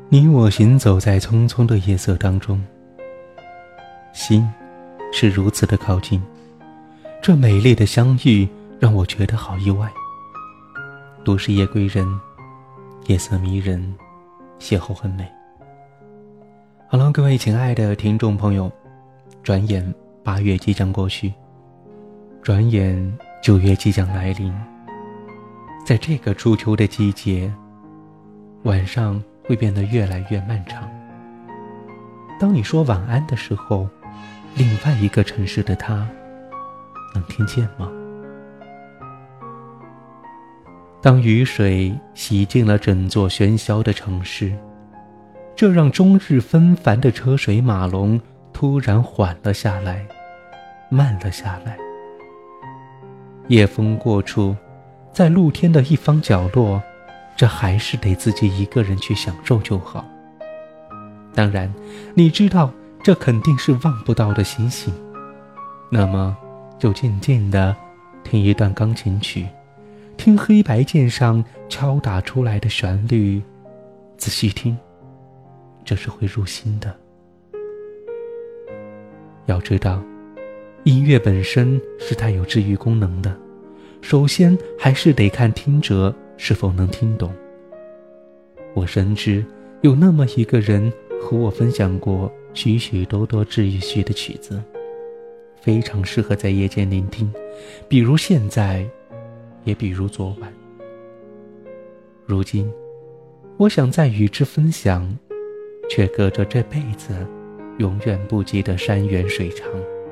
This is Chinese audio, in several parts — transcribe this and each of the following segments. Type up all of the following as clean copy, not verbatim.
你我行走在匆匆的夜色当中，心是如此的靠近，这美丽的相遇让我觉得好意外。都市夜归人，夜色迷人，邂逅很美。好了，各位亲爱的听众朋友，转眼8月即将过去，转眼9月即将来临。在这个初秋的季节，晚上会变得越来越漫长。当你说晚安的时候，另外一个城市的他能听见吗？当雨水洗尽了整座喧嚣的城市，这让终日纷繁的车水马龙突然缓了下来，慢了下来。夜风过处，在露天的一方角落，这还是得自己一个人去享受就好。当然，你知道这肯定是望不到的星星，那么就静静地听一段钢琴曲，听黑白键上敲打出来的旋律，仔细听，这是会入心的。要知道，音乐本身是带有治愈功能的，首先还是得看听者是否能听懂。我深知有那么一个人和我分享过许许多多治愈系的曲子，非常适合在夜间聆听，比如现在，也比如昨晚。如今我想再与之分享，却隔着这辈子永远不及的山远水长。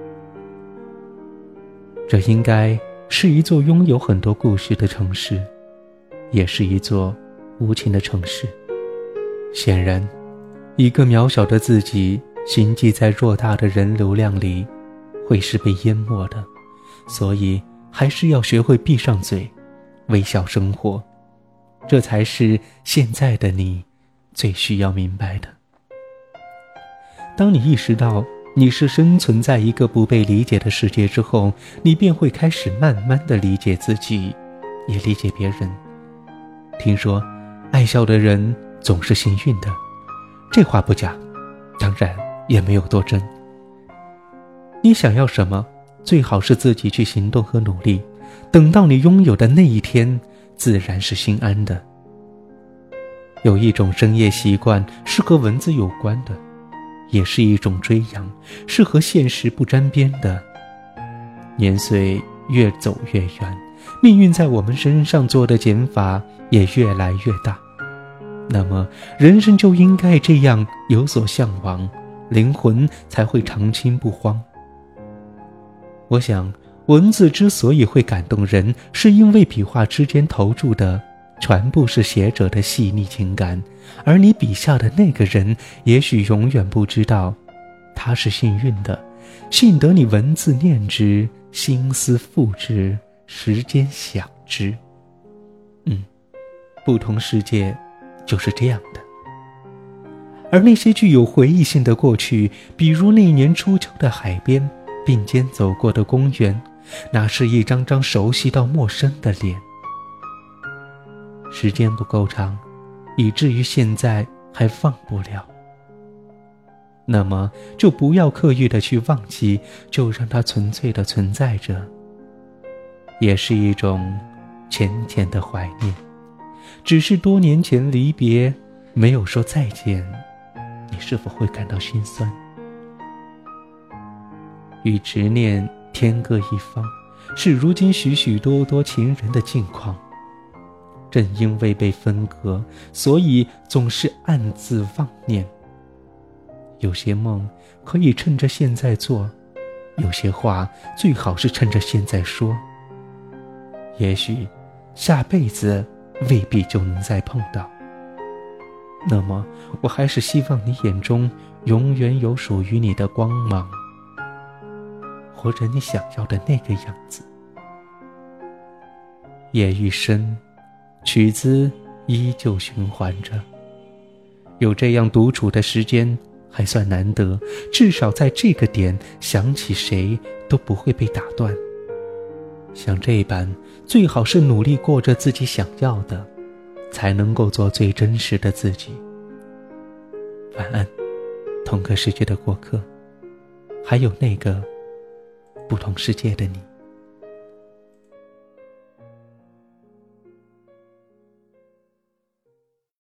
这应该是一座拥有很多故事的城市，也是一座无情的城市。显然，一个渺小的自己行迹在偌大的人流量里，会是被淹没的，所以还是要学会闭上嘴，微笑生活，这才是现在的你最需要明白的。当你意识到你是生存在一个不被理解的世界之后，你便会开始慢慢地理解自己，也理解别人。听说爱笑的人总是幸运的，这话不假，当然也没有多真。你想要什么，最好是自己去行动和努力，等到你拥有的那一天，自然是心安的。有一种深夜习惯是和文字有关的，也是一种追养，是和现实不沾边的。年岁越走越远，命运在我们身上做的减法也越来越大。那么人生就应该这样有所向往，灵魂才会长青不荒。我想文字之所以会感动人，是因为笔画之间投注的全部是写者的细腻情感，而你笔下的那个人也许永远不知道，他是幸运的，幸得你文字念之，心思付之，时间想之。不同世界就是这样的。而那些具有回忆性的过去，比如那年初秋的海边，并肩走过的公园，那是一张张熟悉到陌生的脸。时间不够长，以至于现在还忘不了。那么就不要刻意的去忘记，就让它纯粹的存在着，也是一种浅浅的怀念。只是多年前离别，没有说再见，你是否会感到心酸？与执念天各一方，是如今许许多多情人的境况。正因为被分割，所以总是暗自妄念。有些梦可以趁着现在做，有些话最好是趁着现在说。也许下辈子未必就能再碰到，那么我还是希望你眼中永远有属于你的光芒，活着你想要的那个样子。夜愈深，曲子依旧循环着，有这样独处的时间还算难得，至少在这个点想起谁都不会被打断。像这般，最好是努力过着自己想要的，才能够做最真实的自己。 晚安，同个世界的过客，还有那个不同世界的你。